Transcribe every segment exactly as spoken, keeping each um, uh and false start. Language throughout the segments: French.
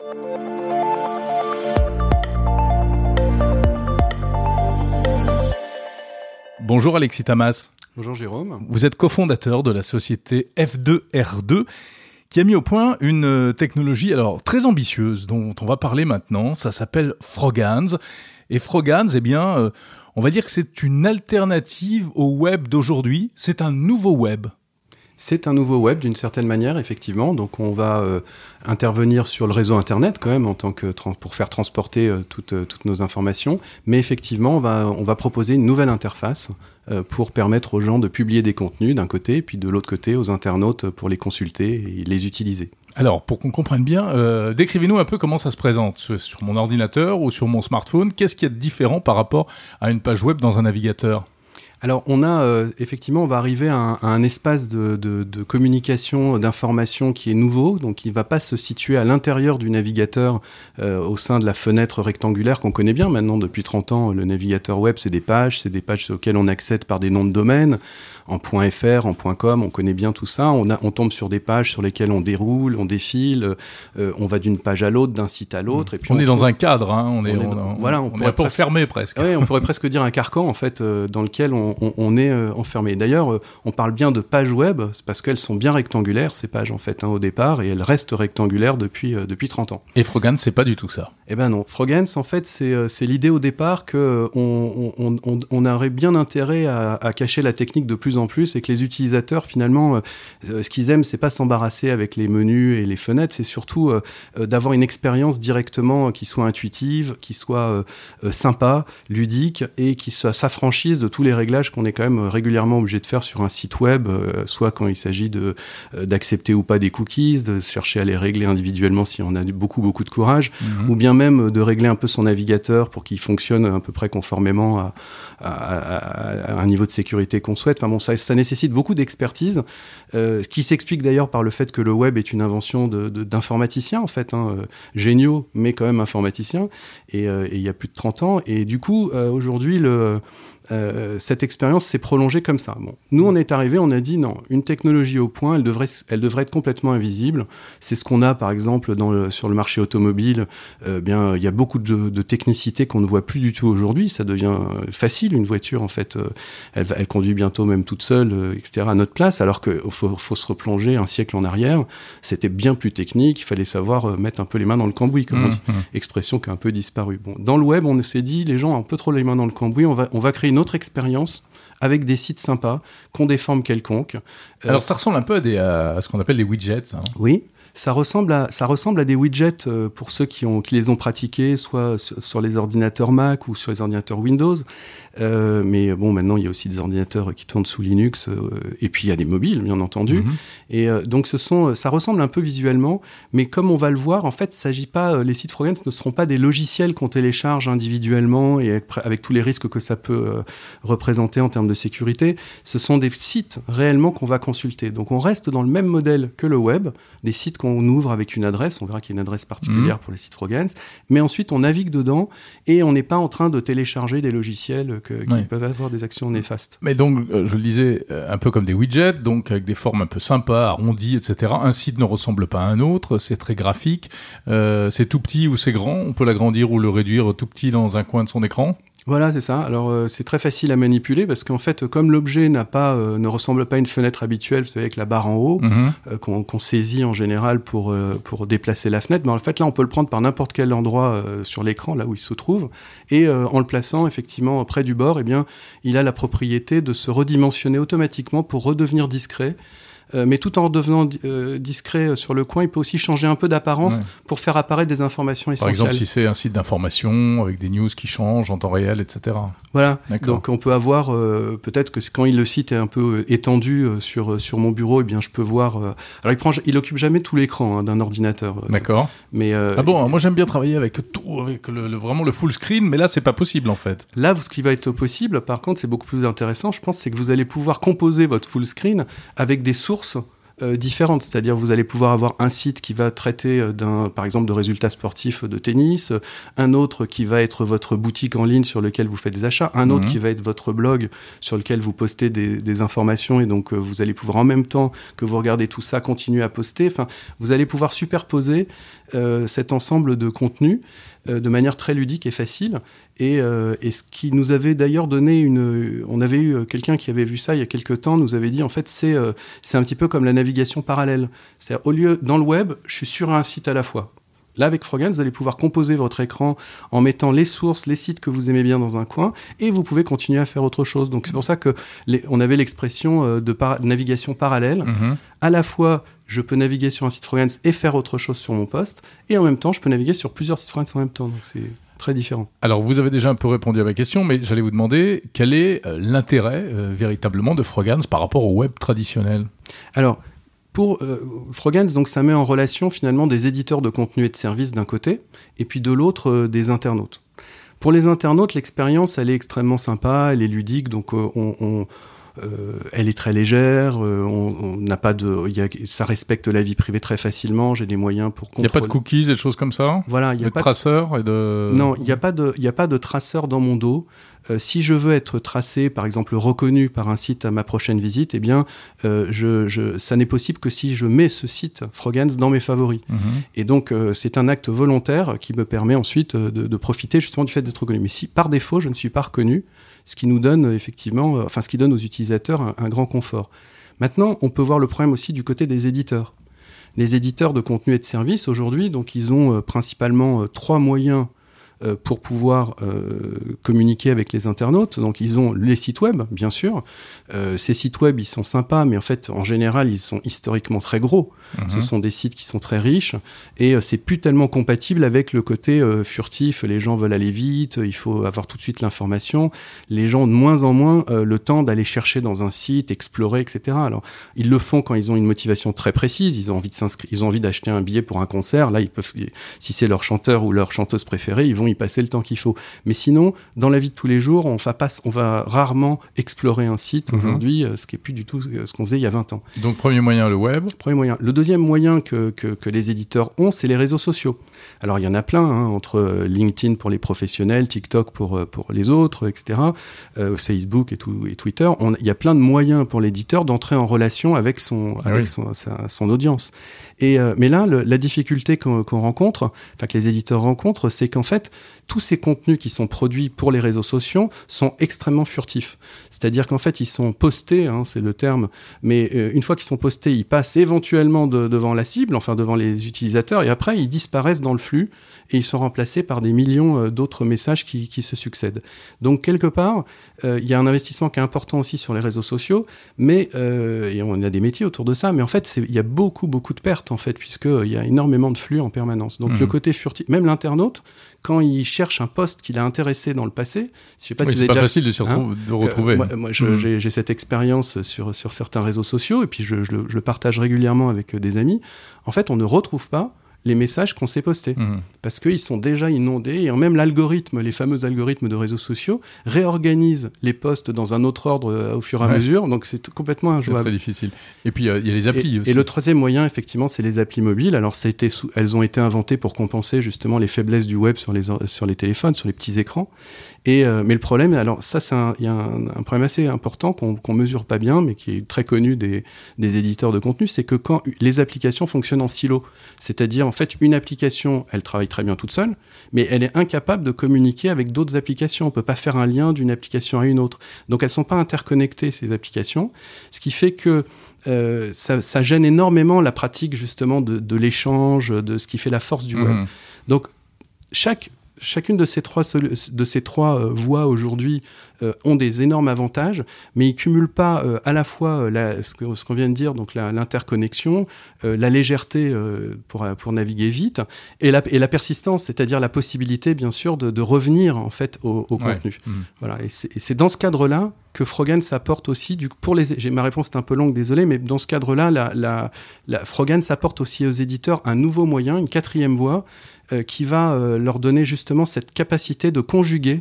Bonjour Alexis Tamas. Bonjour Jérôme. Vous êtes cofondateur de la société F deux R deux qui a mis au point une technologie alors très ambitieuse dont on va parler maintenant. Ça s'appelle Froghands. Et Froghands, eh bien, euh, on va dire que c'est une alternative au web d'aujourd'hui. C'est un nouveau web. C'est un nouveau web d'une certaine manière, effectivement. Donc on va euh, intervenir sur le réseau Internet quand même en tant que tra- pour faire transporter euh, toutes, euh, toutes nos informations. Mais effectivement, on va, on va proposer une nouvelle interface euh, pour permettre aux gens de publier des contenus d'un côté, et puis de l'autre côté aux internautes pour les consulter et les utiliser. Alors, pour qu'on comprenne bien, euh, décrivez-nous un peu comment ça se présente sur, sur mon ordinateur ou sur mon smartphone. Qu'est-ce qu'il y a de différent par rapport à une page web dans un navigateur ? Alors, on a euh, effectivement, on va arriver à un, à un espace de, de, de communication, d'information qui est nouveau. Donc, il ne va pas se situer à l'intérieur du navigateur euh, au sein de la fenêtre rectangulaire qu'on connaît bien maintenant depuis trente ans. Le navigateur web, c'est des pages, c'est des pages auxquelles on accède par des noms de domaine. En .fr, en .com, on connaît bien tout ça. On, a, on tombe sur des pages sur lesquelles on déroule, on défile, euh, on va d'une page à l'autre, d'un site à l'autre. Mmh. Et puis on, on est trouve... dans un cadre, hein. on est, on, on est, dans... on, voilà, on, on est un peu presque... enfermé presque. Oui, on pourrait presque dire un carcan en fait, euh, dans lequel on, on, on est euh, enfermé. D'ailleurs, euh, on parle bien de pages web, c'est parce qu'elles sont bien rectangulaires, ces pages en fait, hein, au départ, et elles restent rectangulaires depuis, euh, depuis trente ans. Et Froghands, c'est pas du tout ça. Eh ben non, Froghands, en fait, c'est, euh, c'est l'idée au départ qu'on euh, on, on, on, on aurait bien intérêt à, à cacher la technique de plus en plus et que les utilisateurs, finalement, Euh, ce qu'ils aiment, c'est pas s'embarrasser avec les menus et les fenêtres, c'est surtout euh, euh, d'avoir une expérience directement euh, qui soit intuitive, qui soit euh, euh, sympa, ludique et qui soit, s'affranchisse de tous les réglages qu'on est quand même régulièrement obligé de faire sur un site web, euh, soit quand il s'agit de, euh, d'accepter ou pas des cookies, de chercher à les régler individuellement si on a beaucoup beaucoup de courage, mmh. ou bien même de régler un peu son navigateur pour qu'il fonctionne à peu près conformément à, à, à, à un niveau de sécurité qu'on souhaite. Enfin bon, ça, ça nécessite beaucoup d'expertise. Euh, qui s'explique d'ailleurs par le fait que le web est une invention de, de, d'informaticiens, en fait, hein, euh, géniaux, mais quand même informaticiens, et, euh, et il y a plus de trente ans. Et du coup, euh, aujourd'hui, le... Euh, cette expérience s'est prolongée comme ça. Bon. Nous, on est arrivé, on a dit non, une technologie au point, elle devrait, elle devrait être complètement invisible. C'est ce qu'on a, par exemple, dans le, sur le marché automobile. Euh, bien, il y a beaucoup de, de technicité qu'on ne voit plus du tout aujourd'hui. Ça devient facile, une voiture, en fait, euh, elle, elle conduit bientôt même toute seule, euh, et cetera, à notre place, alors qu'il faut, faut se replonger un siècle en arrière. C'était bien plus technique, il fallait savoir euh, mettre un peu les mains dans le cambouis, comme on dit. Mmh, mmh. Expression qui a un peu disparu. Bon, dans le web, on s'est dit, les gens ont un peu trop les mains dans le cambouis, on va, on va créer une autre expérience avec des sites sympas, qui ont des formes quelconques. Alors euh, ça ressemble un peu à, des, à ce qu'on appelle des widgets. Hein. Oui, ça ressemble à, ça ressemble à des widgets euh, pour ceux qui, ont, qui les ont pratiqués, soit sur, sur les ordinateurs Mac ou sur les ordinateurs Windows. Euh, mais bon, maintenant, il y a aussi des ordinateurs qui tournent sous Linux, euh, et puis il y a des mobiles, bien entendu. Mm-hmm. Et euh, donc, ce sont, ça ressemble un peu visuellement, mais comme on va le voir, en fait, il ne s'agit pas, euh, les sites Froghands ne seront pas des logiciels qu'on télécharge individuellement et avec, avec tous les risques que ça peut euh, représenter en termes de sécurité. Ce sont des sites réellement qu'on va consulter. Donc, on reste dans le même modèle que le web, des sites qu'on ouvre avec une adresse, on verra qu'il y a une adresse particulière mmh. pour les sites Froghands, mais ensuite on navigue dedans et on n'est pas en train de télécharger des logiciels que, qui oui. peuvent avoir des actions néfastes. Mais donc, euh, je le disais, euh, un peu comme des widgets, donc avec des formes un peu sympas, arrondies, et cetera. Un site ne ressemble pas à un autre, c'est très graphique, euh, c'est tout petit ou c'est grand, on peut l'agrandir ou le réduire tout petit dans un coin de son écran. Voilà, c'est ça. Alors, euh, c'est très facile à manipuler parce qu'en fait, comme l'objet n'a pas, euh, ne ressemble pas à une fenêtre habituelle, vous savez, avec la barre en haut, mm-hmm. euh, qu'on, qu'on saisit en général pour, euh, pour déplacer la fenêtre, mais en fait, là, on peut le prendre par n'importe quel endroit euh, sur l'écran, là où il se trouve, et euh, en le plaçant, effectivement, près du bord, eh bien, il a la propriété de se redimensionner automatiquement pour redevenir discret. Euh, mais tout en devenant euh, discret sur le coin, il peut aussi changer un peu d'apparence ouais. pour faire apparaître des informations essentielles. Par exemple, si c'est un site d'information avec des news qui changent en temps réel, et cetera. Voilà, D'accord. donc on peut avoir, euh, peut-être que quand il, le site est un peu étendu euh, sur, sur mon bureau, eh bien, je peux voir... Euh... Alors, il prend, il occupe jamais tout l'écran hein, d'un ordinateur. Euh, D'accord. Mais, euh, ah bon, il... moi j'aime bien travailler avec tout, avec le, le, vraiment le full screen, mais là, c'est pas possible en fait. Là, ce qui va être possible, par contre, c'est beaucoup plus intéressant, je pense, c'est que vous allez pouvoir composer votre full screen avec des sources euh, différentes. C'est-à-dire vous allez pouvoir avoir un site qui va traiter euh, d'un, par exemple, de résultats sportifs de tennis, euh, un autre qui va être votre boutique en ligne sur lequel vous faites des achats, un autre mmh. qui va être votre blog sur lequel vous postez des, des informations et donc euh, vous allez pouvoir en même temps que vous regardez tout ça continuer à poster. Enfin, vous allez pouvoir superposer euh, cet ensemble de contenus euh, de manière très ludique et facile. Et, euh, et ce qui nous avait d'ailleurs donné une... On avait eu quelqu'un qui avait vu ça il y a quelques temps, nous avait dit, en fait, c'est, euh, c'est un petit peu comme la navigation parallèle. C'est-à-dire, au lieu, dans le web, je suis sur un site à la fois. Là, avec Frogance, vous allez pouvoir composer votre écran en mettant les sources, les sites que vous aimez bien dans un coin, et vous pouvez continuer à faire autre chose. Donc, c'est pour ça que les, on avait l'expression euh, de, par- de navigation parallèle. Mmh. À la fois, je peux naviguer sur un site Frogance et faire autre chose sur mon poste, et en même temps, je peux naviguer sur plusieurs sites Frogance en même temps. Donc, c'est très différent. Alors, vous avez déjà un peu répondu à ma question, mais j'allais vous demander quel est euh, l'intérêt euh, véritablement de Frogance par rapport au web traditionnel ? Alors, pour euh, Frogance, donc, ça met en relation finalement des éditeurs de contenu et de services d'un côté, et puis de l'autre, euh, des internautes. Pour les internautes, l'expérience, elle est extrêmement sympa, elle est ludique, donc euh, on... on Euh, elle est très légère, euh, on n'a pas de, y a, ça respecte la vie privée très facilement. J'ai des moyens pour contrôler. Il n'y a pas de cookies et des choses comme ça. Voilà, il y a de pas traceurs et de. Non, il n'y a pas de, il y a pas de traceur dans mon dos. Euh, si je veux être tracé, par exemple reconnu par un site à ma prochaine visite, eh bien, euh, je, je, ça n'est possible que si je mets ce site Frogance dans mes favoris. Mmh. Et donc, euh, c'est un acte volontaire qui me permet ensuite de, de profiter justement du fait d'être reconnu. Mais si par défaut je ne suis pas reconnu, ce qui nous donne effectivement, euh, enfin ce qui donne aux utilisateurs un, un grand confort. Maintenant, on peut voir le problème aussi du côté des éditeurs. Les éditeurs de contenu et de services aujourd'hui, donc ils ont euh, principalement euh, trois moyens euh, pour pouvoir euh, communiquer avec les internautes. Donc ils ont les sites web, bien sûr. Euh, ces sites web, ils sont sympas, mais en fait, en général, ils sont historiquement très gros. Mmh. Ce sont des sites qui sont très riches et euh, c'est plus tellement compatible avec le côté euh, furtif. Les gens veulent aller vite, il faut avoir tout de suite l'information. Les gens ont de moins en moins euh, le temps d'aller chercher dans un site, explorer, et cetera. Alors, ils le font quand ils ont une motivation très précise. Ils ont envie de s'inscrire, ils ont envie d'acheter un billet pour un concert. Là, ils peuvent, si c'est leur chanteur ou leur chanteuse préférée, ils vont y passer le temps qu'il faut. Mais sinon, dans la vie de tous les jours, on va, pas, on va rarement explorer un site mmh. aujourd'hui, ce qui est plus du tout ce qu'on faisait il y a vingt ans. Donc, premier moyen, le web. Premier moyen. Le deuxième moyen que, que, que les éditeurs ont, c'est les réseaux sociaux. Alors, il y en a plein, hein, entre LinkedIn pour les professionnels, TikTok pour, pour les autres, et cetera, euh, Facebook et, tout, et Twitter. On, il y a plein de moyens pour l'éditeur d'entrer en relation avec son, ah avec oui. son, sa, son audience. Et, euh, mais là, le, la difficulté qu'on, qu'on rencontre, enfin que les éditeurs rencontrent, c'est qu'en fait, tous ces contenus qui sont produits pour les réseaux sociaux sont extrêmement furtifs. C'est-à-dire qu'en fait, ils sont postés, hein, c'est le terme, mais euh, une fois qu'ils sont postés, ils passent éventuellement de, devant la cible, enfin devant les utilisateurs, et après, ils disparaissent dans le flux et ils sont remplacés par des millions euh, d'autres messages qui, qui se succèdent. Donc, quelque part, euh, il y a un investissement qui est important aussi sur les réseaux sociaux, mais euh, et on a des métiers autour de ça, mais en fait, c'est, il y a beaucoup, beaucoup de pertes, en fait, puisqu'il y a énormément de flux en permanence. Donc, mmh. le côté furtif, même l'internaute, quand il cherche un poste qu'il a intéressé dans le passé, je sais pas oui, si vous c'est avez pas déjà... facile de se retrouver. Hein, de retrouver. Moi, moi je, mmh. j'ai, j'ai cette expérience sur, sur certains réseaux sociaux, et puis je, je, je le partage régulièrement avec des amis. En fait, on ne retrouve pas les messages qu'on s'est postés. Mmh. Parce qu'ils sont déjà inondés, et même l'algorithme, les fameux algorithmes de réseaux sociaux, réorganisent les posts dans un autre ordre euh, au fur et à ouais. mesure, donc c'est t- complètement injouable. C'est très difficile. Et puis, il euh, y a les applis et, aussi. Et le troisième moyen, effectivement, c'est les applis mobiles. Alors, ça a été sous... elles ont été inventées pour compenser justement les faiblesses du web sur les, sur les téléphones, sur les petits écrans. Et, euh, mais le problème, alors ça, c'est un, il y a un, un problème assez important qu'on, qu'on mesure pas bien, mais qui est très connu des, des éditeurs de contenu, c'est que quand les applications fonctionnent en silo, c'est-à-dire en fait une application, elle travaille très bien toute seule, mais elle est incapable de communiquer avec d'autres applications. On peut pas faire un lien d'une application à une autre. Donc elles sont pas interconnectées, ces applications, ce qui fait que euh, ça, ça gêne énormément la pratique justement de, de l'échange, de ce qui fait la force du web. Mmh. Donc chaque Chacune de ces trois, de ces trois euh, voies aujourd'hui euh, ont des énormes avantages, mais ils ne cumulent pas euh, à la fois euh, la, ce, que, ce qu'on vient de dire, donc la, l'interconnexion, euh, la légèreté euh, pour, pour naviguer vite, et la, et la persistance, c'est-à-dire la possibilité, bien sûr, de, de revenir en fait au, au ouais. contenu. Mmh. Voilà, et c'est, et c'est dans ce cadre-là que Frogance apporte aussi, du, pour les, j'ai, ma réponse est un peu longue, désolé, mais dans ce cadre-là, la, la, la Frogance apporte aussi aux éditeurs un nouveau moyen, une quatrième voie, Euh, qui va euh, leur donner justement cette capacité de conjuguer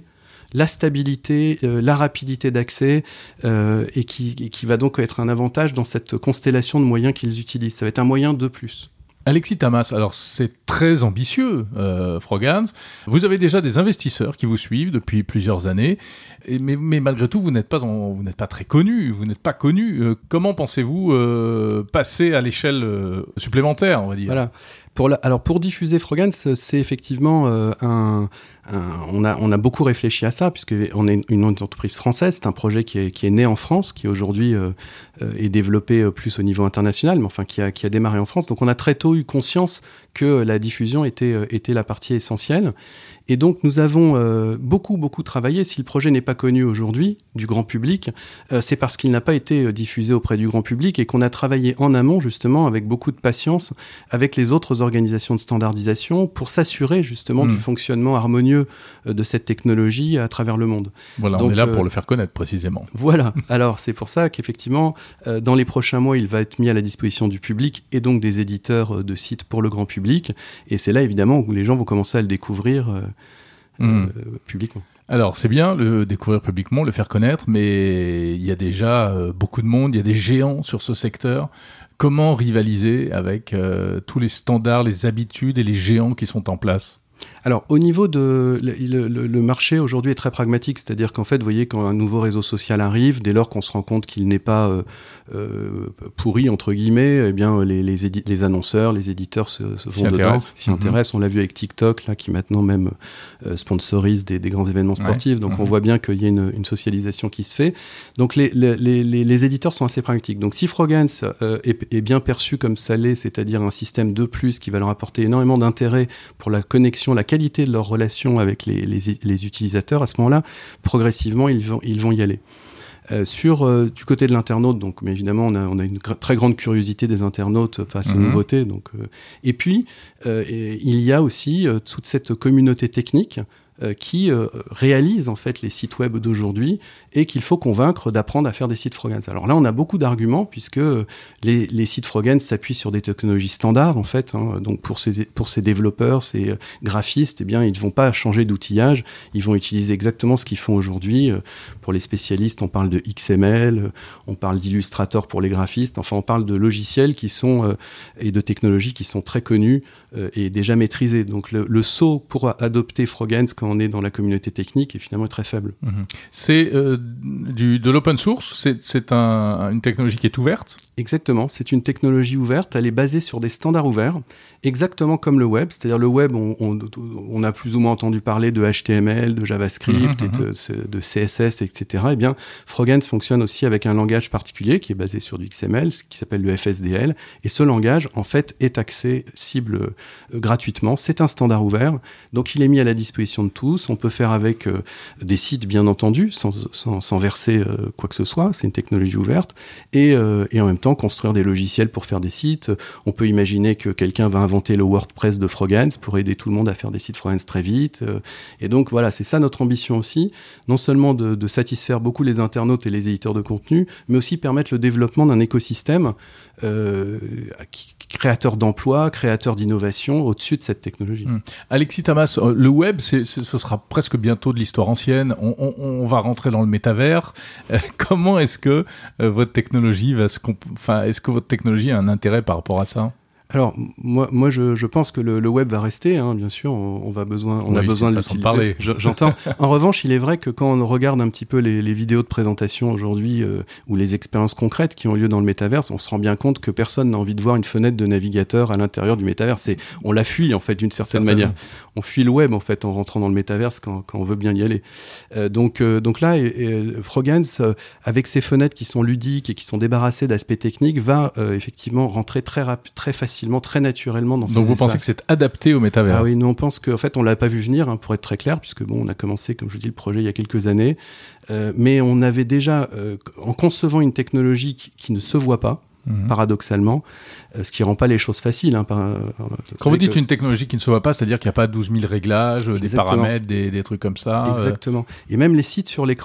la stabilité, euh, la rapidité d'accès, euh, et, qui, et qui va donc être un avantage dans cette constellation de moyens qu'ils utilisent. Ça va être un moyen de plus. Alexis Tamas, alors c'est très ambitieux, euh, Froghands. Vous avez déjà des investisseurs qui vous suivent depuis plusieurs années, et, mais, mais malgré tout, vous n'êtes pas, en, vous n'êtes pas très connu, vous n'êtes pas connu. Euh, comment pensez-vous euh, passer à l'échelle euh, supplémentaire, on va dire ? Voilà. Pour la, alors pour diffuser Froghands, c'est effectivement euh, un, un on a on a beaucoup réfléchi à ça puisque on est une entreprise française, c'est un projet qui est qui est né en France, qui aujourd'hui euh, est développé plus au niveau international, mais enfin qui a qui a démarré en France. Donc on a très tôt eu conscience que la diffusion était était la partie essentielle. Et donc nous avons euh, beaucoup beaucoup travaillé. Si le projet n'est pas connu aujourd'hui du grand public, euh, c'est parce qu'il n'a pas été diffusé auprès du grand public et qu'on a travaillé en amont justement avec beaucoup de patience avec les autres organisations de standardisation pour s'assurer justement mmh. du fonctionnement harmonieux euh, de cette technologie à travers le monde. Voilà, donc, on est là euh, pour le faire connaître précisément. Voilà. Alors c'est pour ça qu'effectivement euh, dans les prochains mois il va être mis à la disposition du public et donc des éditeurs de sites pour le grand public. Et c'est là évidemment où les gens vont commencer à le découvrir. Euh, Mmh. Euh, publiquement. Alors, c'est bien le découvrir publiquement, le faire connaître, mais il y a déjà euh, beaucoup de monde, il y a des géants sur ce secteur. Comment rivaliser avec euh, tous les standards, les habitudes et les géants qui sont en place ? Alors, au niveau de... Le, le, le marché, aujourd'hui, est très pragmatique. C'est-à-dire qu'en fait, vous voyez, quand un nouveau réseau social arrive, dès lors qu'on se rend compte qu'il n'est pas euh, euh, pourri, entre guillemets, eh bien, les, les, édi- les annonceurs, les éditeurs se, se vont dedans, s'y mmh. intéressent. On l'a vu avec TikTok, là, qui maintenant même euh, sponsorise des, des grands événements sportifs. Ouais. Donc, mmh. on voit bien qu'il y a une, une socialisation qui se fait. Donc, les, les, les, les éditeurs sont assez pragmatiques. Donc, si Froghands euh, est, est bien perçu comme ça l'est, c'est-à-dire un système de plus qui va leur apporter énormément d'intérêt pour la connexion, la qualité de leur relation avec les, les, les utilisateurs, à ce moment-là, progressivement, ils vont, ils vont y aller. Euh, sur euh, du côté de l'internaute, donc, mais évidemment, on a, on a une gr- très grande curiosité des internautes face mmh. aux nouveautés. Donc, euh, et puis, euh, et, il y a aussi euh, toute cette communauté technique euh, qui euh, réalise en fait les sites web d'aujourd'hui et qu'il faut convaincre d'apprendre à faire des sites Froghands. Alors là, on a beaucoup d'arguments puisque les, les sites Froghands s'appuient sur des technologies standards en fait. Hein. Donc pour ces, pour ces développeurs, ces graphistes, eh bien, ils ne vont pas changer d'outillage. Ils vont utiliser exactement ce qu'ils font aujourd'hui. Pour les spécialistes, on parle de X M L, on parle d'Illustrator pour les graphistes. Enfin, on parle de logiciels qui sont euh, et de technologies qui sont très connues euh, et déjà maîtrisées. Donc le, le saut pour adopter Froghands quand on est dans la communauté technique est finalement très faible. Mmh. C'est euh, du, de l'open source, c'est, c'est un, une technologie qui est ouverte ? Exactement, c'est une technologie ouverte, elle est basée sur des standards ouverts, exactement comme le web, c'est-à-dire le web, on, on, on a plus ou moins entendu parler de H T M L, de JavaScript, mmh, et de, de C S S, et cetera. Eh bien, Froghands fonctionne aussi avec un langage particulier qui est basé sur du X M L, qui s'appelle le F S D L, et ce langage, en fait, est accessible euh, gratuitement, c'est un standard ouvert, donc il est mis à la disposition de tous, on peut faire avec euh, des sites, bien entendu, sans, sans, sans verser euh, quoi que ce soit, c'est une technologie ouverte, et, euh, et en même temps, construire des logiciels pour faire des sites. On peut imaginer que quelqu'un va inventer le WordPress de Froghands pour aider tout le monde à faire des sites Froghands très vite. Et donc voilà, c'est ça notre ambition aussi, non seulement de, de satisfaire beaucoup les internautes et les éditeurs de contenu, mais aussi permettre le développement d'un écosystème euh, qui, créateur d'emplois, créateur d'innovation au-dessus de cette technologie. Mmh. Alexis Tamas, le web, c'est, c'est, ce sera presque bientôt de l'histoire ancienne. On, on, on va rentrer dans le métavers. Euh, comment est-ce que euh, votre technologie va se comp- Enfin, est-ce que votre technologie a un intérêt par rapport à ça ? Alors, moi, moi je, je pense que le, le web va rester, hein, bien sûr, on, on, va besoin, on oui, a besoin de l'utiliser. Je, j'entends. En revanche, il est vrai que quand on regarde un petit peu les, les vidéos de présentation aujourd'hui, euh, ou les expériences concrètes qui ont lieu dans le métaverse, on se rend bien compte que personne n'a envie de voir une fenêtre de navigateur à l'intérieur du métaverse. C'est, on la fuit, en fait, d'une certaine Certainement. manière. On fuit le web, en fait, en rentrant dans le métaverse quand, quand on veut bien y aller. Euh, donc, euh, donc là, et, et, Froghands, euh, avec ses fenêtres qui sont ludiques et qui sont débarrassées d'aspects techniques, va euh, effectivement rentrer très, rap- très facilement très naturellement dans ces Donc vous espaces. pensez que c'est adapté au métavers ? Ah oui, nous on pense qu'en fait on l'a pas vu venir, hein, pour être très clair, puisque bon, on a commencé, comme je vous dis, le projet il y a quelques années, euh, mais on avait déjà, euh, en concevant une technologie qui, qui ne se voit pas, mmh. paradoxalement, euh, ce qui rend pas les choses faciles. Hein, par, euh, Quand vous dites que... une technologie qui ne se voit pas, c'est-à-dire qu'il n'y a pas douze mille réglages, Exactement. des paramètres, des, des trucs comme ça. Exactement. Euh... Et même les sites sur l'écran,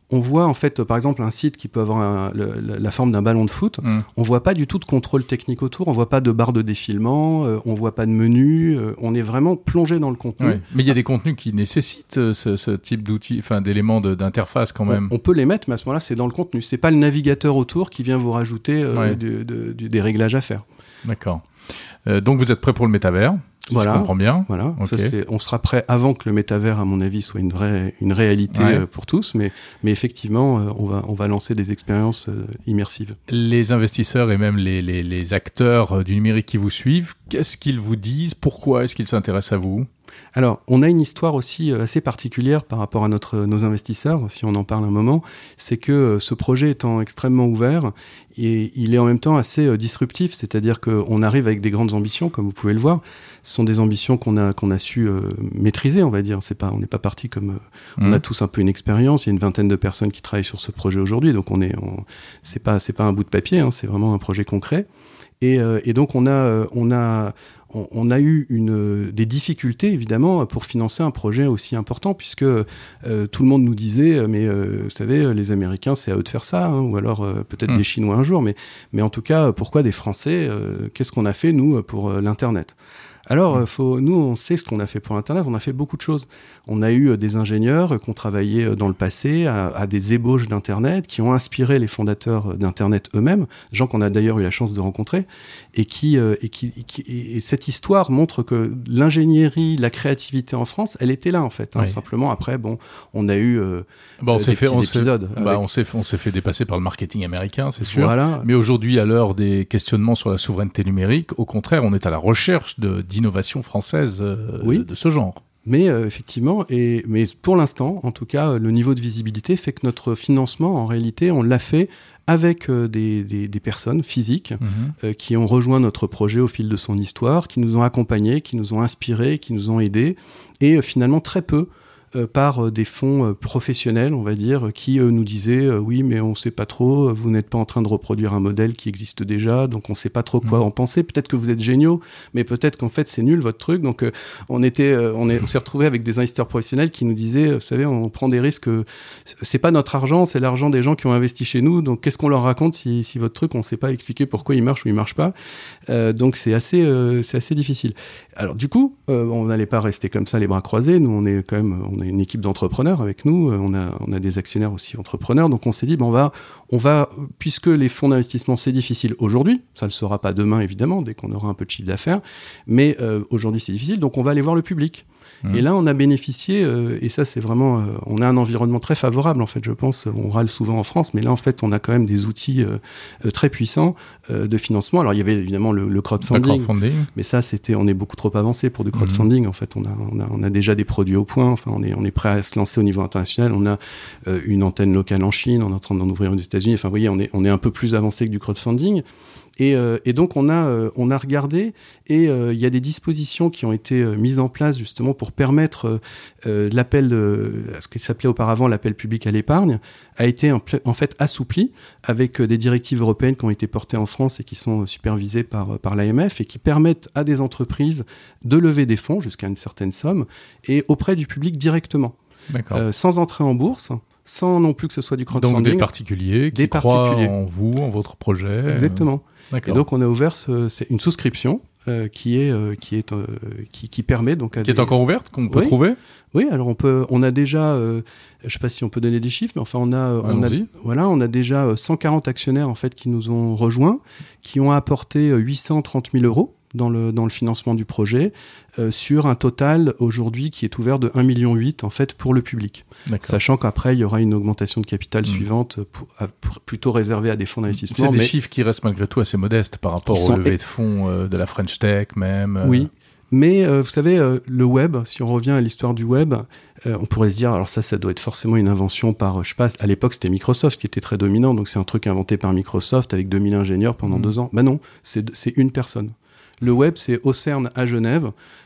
on voit en fait, par exemple, un site qui peut avoir un, le, la, la forme d'un ballon de foot. Mm. On voit pas du tout de contrôle technique autour. On voit pas de barre de défilement. Euh, on voit pas de menu. Euh, on est vraiment plongé dans le contenu. Ouais. Mais il y a des contenus qui nécessitent euh, ce, ce type d'outils, enfin d'éléments de, d'interface quand même. On, on peut les mettre, mais à ce moment-là, c'est dans le contenu. C'est pas le navigateur autour qui vient vous rajouter euh, ouais. de, de, de, des réglages à faire. D'accord. Euh, donc vous êtes prêt pour le métavers? Si voilà, je comprends bien. Voilà. Okay. Ça, c'est, on sera prêt avant que le métavers, à mon avis, soit une vraie, une réalité ouais. euh, pour tous. Mais, mais effectivement, euh, on va, on va lancer des expériences euh, immersives. Les investisseurs et même les, les, les acteurs du numérique qui vous suivent, qu'est-ce qu'ils vous disent? Pourquoi est-ce qu'ils s'intéressent à vous? Alors, on a une histoire aussi assez particulière par rapport à notre, nos investisseurs, si on en parle un moment. C'est que euh, ce projet étant extrêmement ouvert, et il est en même temps assez euh, disruptif, c'est-à-dire qu'on arrive avec des grandes ambitions, comme vous pouvez le voir. Ce sont des ambitions qu'on a, qu'on a su euh, maîtriser, on va dire. C'est pas, on n'est pas parti comme... Euh, mmh. On a tous un peu une expérience. Il y a une vingtaine de personnes qui travaillent sur ce projet aujourd'hui, donc on est, on, c'est pas, c'est pas un bout de papier, hein, c'est vraiment un projet concret. Et, euh, et donc on a, euh, on a, on, on a eu une, des difficultés évidemment pour financer un projet aussi important, puisque euh, tout le monde nous disait, mais euh, vous savez, les Américains, c'est à eux de faire ça, hein, ou alors euh, peut-être mmh. des Chinois un jour, mais, mais en tout cas, pourquoi des Français euh, Qu'est-ce qu'on a fait nous pour euh, l'internet? Alors, euh, faut, nous, on sait ce qu'on a fait pour Internet. On a fait beaucoup de choses. On a eu euh, des ingénieurs euh, qui ont travaillé euh, dans le passé à, à des ébauches d'Internet, qui ont inspiré les fondateurs euh, d'Internet eux-mêmes, gens qu'on a d'ailleurs eu la chance de rencontrer, et qui, euh, et qui, et qui et cette histoire montre que l'ingénierie, la créativité en France, elle était là en fait. Hein, oui. Simplement, après, bon, on a eu euh, bon, on euh, s'est des fait, petits on épisodes. S'est, bah, on s'est, on s'est fait dépasser par le marketing américain, c'est sûr. Voilà. Mais aujourd'hui, à l'heure des questionnements sur la souveraineté numérique, au contraire, on est à la recherche de d'innovation française euh, oui. de ce genre. Mais euh, effectivement, et, mais pour l'instant, en tout cas, le niveau de visibilité fait que notre financement, en réalité, on l'a fait avec euh, des, des, des personnes physiques mmh. euh, qui ont rejoint notre projet au fil de son histoire, qui nous ont accompagnés, qui nous ont inspirés, qui nous ont aidés, et euh, finalement très peu Euh, par euh, des fonds euh, professionnels, on va dire, qui euh, nous disaient euh, oui, mais on ne sait pas trop, vous n'êtes pas en train de reproduire un modèle qui existe déjà, donc on ne sait pas trop quoi mmh. en penser. Peut-être que vous êtes géniaux, mais peut-être qu'en fait c'est nul votre truc. Donc euh, on était, euh, on, est, on s'est retrouvé avec des investisseurs professionnels qui nous disaient, vous savez, on prend des risques. Euh, c'est pas notre argent, c'est l'argent des gens qui ont investi chez nous. Donc qu'est-ce qu'on leur raconte si, si votre truc, on ne sait pas expliquer pourquoi il marche ou il marche pas. Euh, donc c'est assez, euh, c'est assez difficile. Alors du coup, euh, on n'allait pas rester comme ça les bras croisés. Nous, on est quand même, on est une équipe d'entrepreneurs avec nous, on a, on a des actionnaires aussi entrepreneurs, donc on s'est dit, ben on, va, on va, puisque les fonds d'investissement c'est difficile aujourd'hui, ça ne le sera pas demain évidemment, dès qu'on aura un peu de chiffre d'affaires, mais euh, aujourd'hui c'est difficile, donc on va aller voir le public. Mmh. Et là, on a bénéficié, euh, et ça, c'est vraiment... Euh, on a un environnement très favorable, en fait, je pense. On râle souvent en France, mais là, en fait, on a quand même des outils euh, euh, très puissants euh, de financement. Alors, il y avait évidemment le, le crowdfunding, le crowdfunding, mais ça, c'était... On est beaucoup trop avancé pour du crowdfunding, mmh. en fait. On a, on, a, on a déjà des produits au point. Enfin, on est, on est prêt à se lancer au niveau international. On a euh, une antenne locale en Chine. On est en train d'en ouvrir aux États-Unis. Enfin, vous voyez, on est, on est un peu plus avancé que du crowdfunding. Et, euh, et donc, on a, euh, on a regardé, et il euh, y a des dispositions qui ont été euh, mises en place justement pour permettre euh, l'appel, euh, ce qui s'appelait auparavant l'appel public à l'épargne, a été en, en fait assoupli avec euh, des directives européennes qui ont été portées en France et qui sont supervisées par, par l'A M F et qui permettent à des entreprises de lever des fonds jusqu'à une certaine somme et auprès du public directement, euh, sans entrer en bourse, sans non plus que ce soit du crowdfunding. Donc des particuliers qui des croient particuliers. en vous, en votre projet. Exactement. D'accord. Et donc on a ouvert ce, c'est une souscription euh, qui est euh, qui est euh, qui, qui permet donc à qui des... est encore ouverte, qu'on peut oui. trouver. Oui, alors on peut, on a déjà, euh, je sais pas si on peut donner des chiffres, mais enfin on a, on a, voilà, on a déjà cent quarante actionnaires en fait qui nous ont rejoints, qui ont apporté huit cent trente mille euros dans le dans le financement du projet, euh, sur un total aujourd'hui qui est ouvert de un virgule huit million en fait pour le public. D'accord. Sachant qu'après il y aura une augmentation de capital mmh. suivante pour, à, pour, plutôt réservée à des fonds d'investissement. C'est mais des chiffres qui restent malgré tout assez modestes par rapport aux levées de fonds euh, de la French Tech même. Euh... Oui. Mais euh, vous savez, euh, le web, si on revient à l'histoire du web, euh, on pourrait se dire, alors ça, ça doit être forcément une invention par, je sais pas, à l'époque c'était Microsoft qui était très dominant, donc c'est un truc inventé par Microsoft avec deux mille ingénieurs pendant mmh. deux ans. Ben non, c'est, c'est une personne. Le web, c'est au CERN à Genève,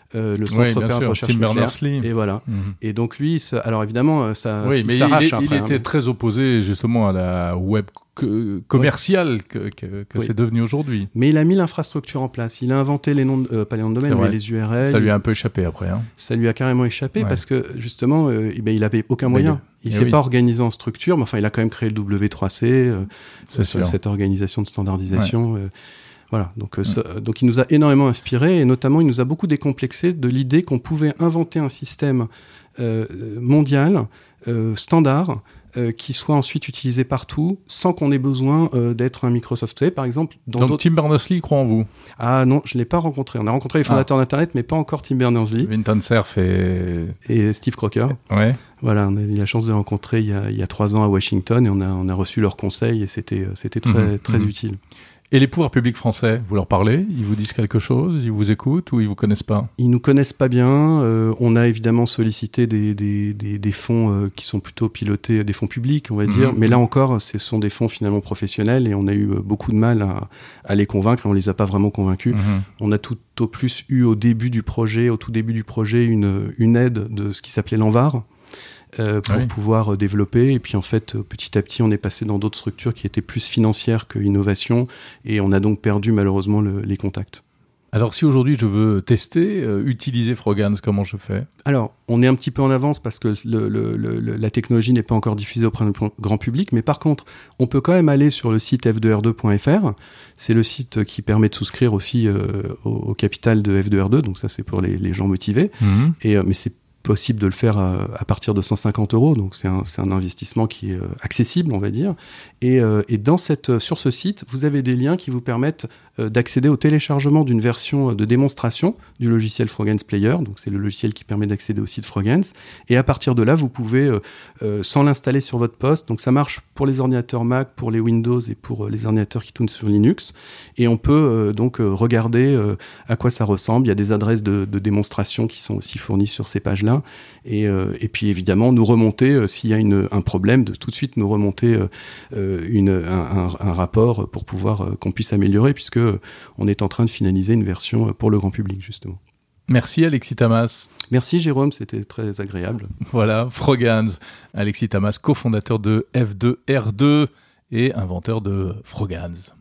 euh, le centre oui, européen de recherche Tim nucléaire. Berners-Lee. Et voilà. Mm-hmm. Et donc lui, ça, alors évidemment, ça, oui, il mais s'arrache il, il, après. il était hein, très opposé justement à la web co- commerciale oui. que, que, que oui. c'est devenu aujourd'hui. Mais il a mis l'infrastructure en place. Il a inventé les noms, de, euh, pas les noms de domaine, mais les U R L. Ça lui a un peu échappé après. Hein. Ça lui a carrément échappé ouais. parce que justement, euh, eh ben, il avait aucun mais moyen. Il ne s'est oui. pas organisé en structure, mais enfin, il a quand même créé le W trois C, euh, c'est euh, cette organisation de standardisation. Ouais. Euh, voilà, donc, euh, ouais. ça, donc il nous a énormément inspiré et notamment il nous a beaucoup décomplexé de l'idée qu'on pouvait inventer un système euh, mondial, euh, standard, euh, qui soit ensuite utilisé partout sans qu'on ait besoin euh, d'être un Microsoft. Par exemple, dans donc Tim Berners-Lee croit en vous? Ah non, je ne l'ai pas rencontré. On a rencontré les fondateurs ah. d'Internet, mais pas encore Tim Berners-Lee. Vinton Cerf et... et Steve Crocker. Ouais. Voilà, on a eu la chance de les rencontrer il y a, il y a trois ans à Washington et on a, on a reçu leurs conseils et c'était, c'était très, mmh, très mmh. utile. Et les pouvoirs publics français, vous leur parlez? Ils vous disent quelque chose? Ils vous écoutent ou ils vous connaissent pas? Ils nous connaissent pas bien. Euh, on a évidemment sollicité des, des, des, des fonds euh, qui sont plutôt pilotés, des fonds publics, on va mmh. dire. Mais là encore, ce sont des fonds finalement professionnels et on a eu beaucoup de mal à, à les convaincre et on les a pas vraiment convaincus. Mmh. On a tout au plus eu au début du projet, au tout début du projet, une, une aide de ce qui s'appelait l'ANVAR. Euh, pour oui. pouvoir euh, développer. Et puis en fait, euh, petit à petit, on est passé dans d'autres structures qui étaient plus financières que innovation. Et on a donc perdu malheureusement le, les contacts. Alors si aujourd'hui je veux tester, euh, utiliser Frogans, comment je fais? Alors, on est un petit peu en avance parce que le, le, le, la technologie n'est pas encore diffusée auprès du grand public. Mais par contre, on peut quand même aller sur le site f deux r deux point f r. C'est le site qui permet de souscrire aussi euh, au, au capital de F deux R deux. Donc ça, c'est pour les, les gens motivés. Mmh. Et, euh, mais c'est possible de le faire à, à partir de cent cinquante euros, donc c'est un, c'est un investissement qui est euh, accessible, on va dire. Et, euh, et dans cette, sur ce site, vous avez des liens qui vous permettent euh, d'accéder au téléchargement d'une version de démonstration du logiciel Frogans Player, donc c'est le logiciel qui permet d'accéder au site Frogans. Et à partir de là, vous pouvez, euh, euh, sans l'installer sur votre poste, donc ça marche pour les ordinateurs Mac, pour les Windows et pour euh, les ordinateurs qui tournent sur Linux. Et on peut euh, donc euh, regarder euh, à quoi ça ressemble. Il y a des adresses de, de démonstration qui sont aussi fournies sur ces pages-là. Et, euh, et puis évidemment nous remonter euh, s'il y a une, un problème, de tout de suite nous remonter euh, une, un, un, un rapport pour pouvoir euh, qu'on puisse améliorer, puisque euh, on est en train de finaliser une version pour le grand public justement. Merci Alexis Tamas. Merci Jérôme, c'était très agréable. Voilà, Frogans, Alexis Tamas, cofondateur de F deux R deux et inventeur de Frogans.